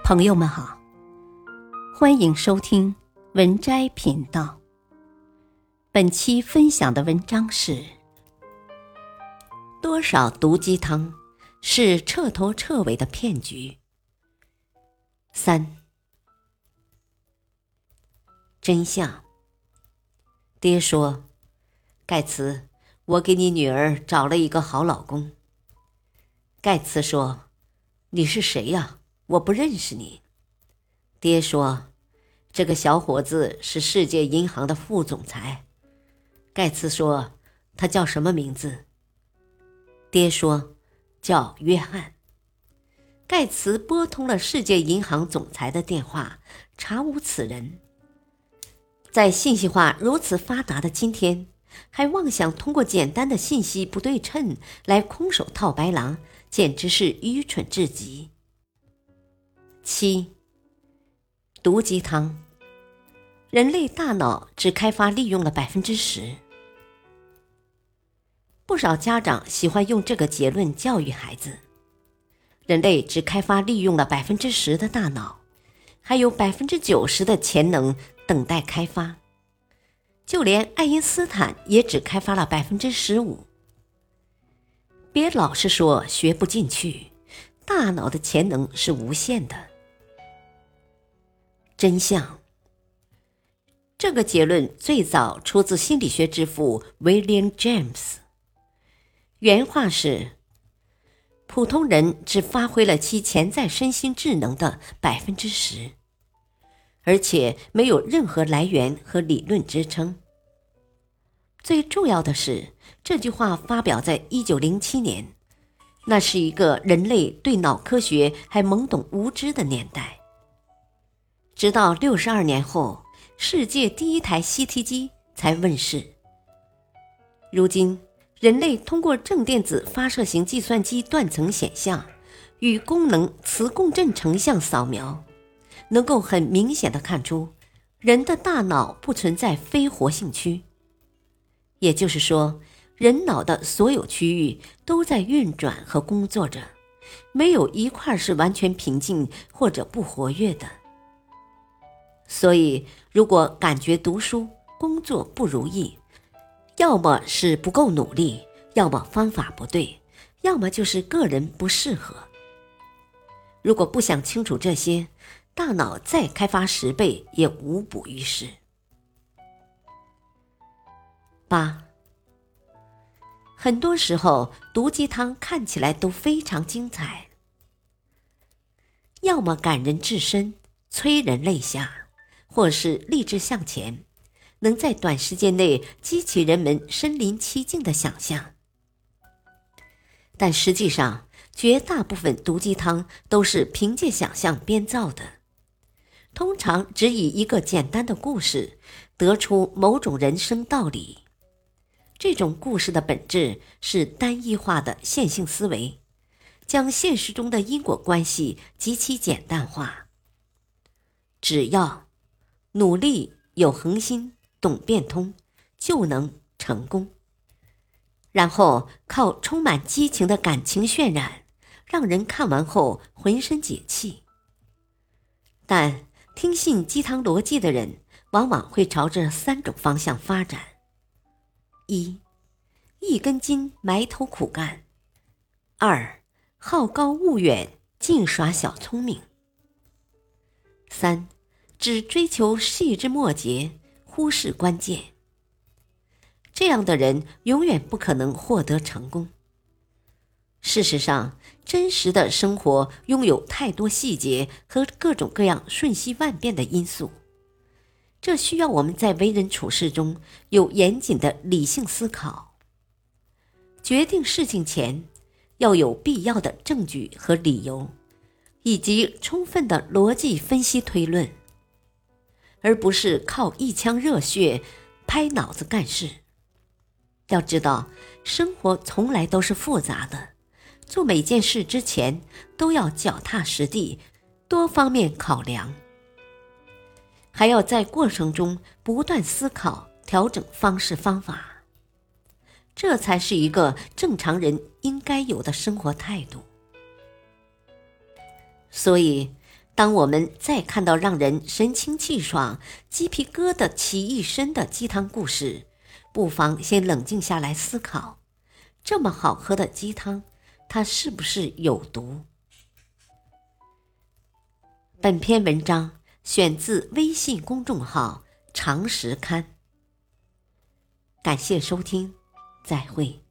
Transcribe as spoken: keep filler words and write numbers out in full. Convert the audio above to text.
朋友们好，欢迎收听文摘频道。本期分享的文章是：多少毒鸡汤是彻头彻尾的骗局。三，真相。爹说，盖茨，我给你女儿找了一个好老公。盖茨说，你是谁呀？我不认识你。爹说，这个小伙子是世界银行的副总裁。盖茨说，他叫什么名字？爹说，叫约翰。盖茨拨通了世界银行总裁的电话，查无此人。在信息化如此发达的今天，还妄想通过简单的信息不对称来空手套白狼，简直是愚蠢至极。七，毒鸡汤。人类大脑只开发利用了百分之十。不少家长喜欢用这个结论教育孩子：人类只开发利用了百分之十的大脑，还有百分之九十的潜能等待开发。就连爱因斯坦也只开发了百分之十五。别老是说学不进去，大脑的潜能是无限的。真相。这个结论最早出自心理学之父 William James。原话是：普通人只发挥了其潜在身心智能的百分之十，而且没有任何来源和理论支撑。最重要的是，这句话发表在一九零七年，那是一个人类对脑科学还懵懂无知的年代。直到六十二年后，世界第一台 C T 机才问世。如今，人类通过正电子发射型计算机断层显像与功能磁共振成像扫描，能够很明显地看出，人的大脑不存在非活性区。也就是说，人脑的所有区域都在运转和工作着，没有一块是完全平静或者不活跃的。所以，如果感觉读书、工作不如意，要么是不够努力，要么方法不对，要么就是个人不适合。如果不想清楚这些，大脑再开发十倍也无补于事。八，很多时候毒鸡汤看起来都非常精彩，要么感人至深，催人泪下，或是励志向前，能在短时间内激起人们身临其境的想象。但实际上，绝大部分毒鸡汤都是凭借想象编造的，通常只以一个简单的故事得出某种人生道理。这种故事的本质是单一化的线性思维，将现实中的因果关系极其简单化。只要努力、有恒心、懂变通，就能成功。然后靠充满激情的感情渲染，让人看完后浑身解气。但听信鸡汤逻辑的人，往往会朝着三种方向发展：一，一根筋埋头苦干；二，好高骛远，净耍小聪明；三，只追求细枝末节，忽视关键。这样的人永远不可能获得成功。事实上，真实的生活拥有太多细节和各种各样瞬息万变的因素，这需要我们在为人处事中有严谨的理性思考。决定事情前，要有必要的证据和理由，以及充分的逻辑分析推论，而不是靠一腔热血拍脑子干事。要知道，生活从来都是复杂的，做每件事之前都要脚踏实地，多方面考量，还要在过程中不断思考，调整方式方法。这才是一个正常人应该有的生活态度。所以当我们再看到让人神清气爽、鸡皮疙瘩起一身的鸡汤故事，不妨先冷静下来思考，这么好喝的鸡汤，它是不是有毒？本篇文章选自微信公众号常识刊。感谢收听，再会。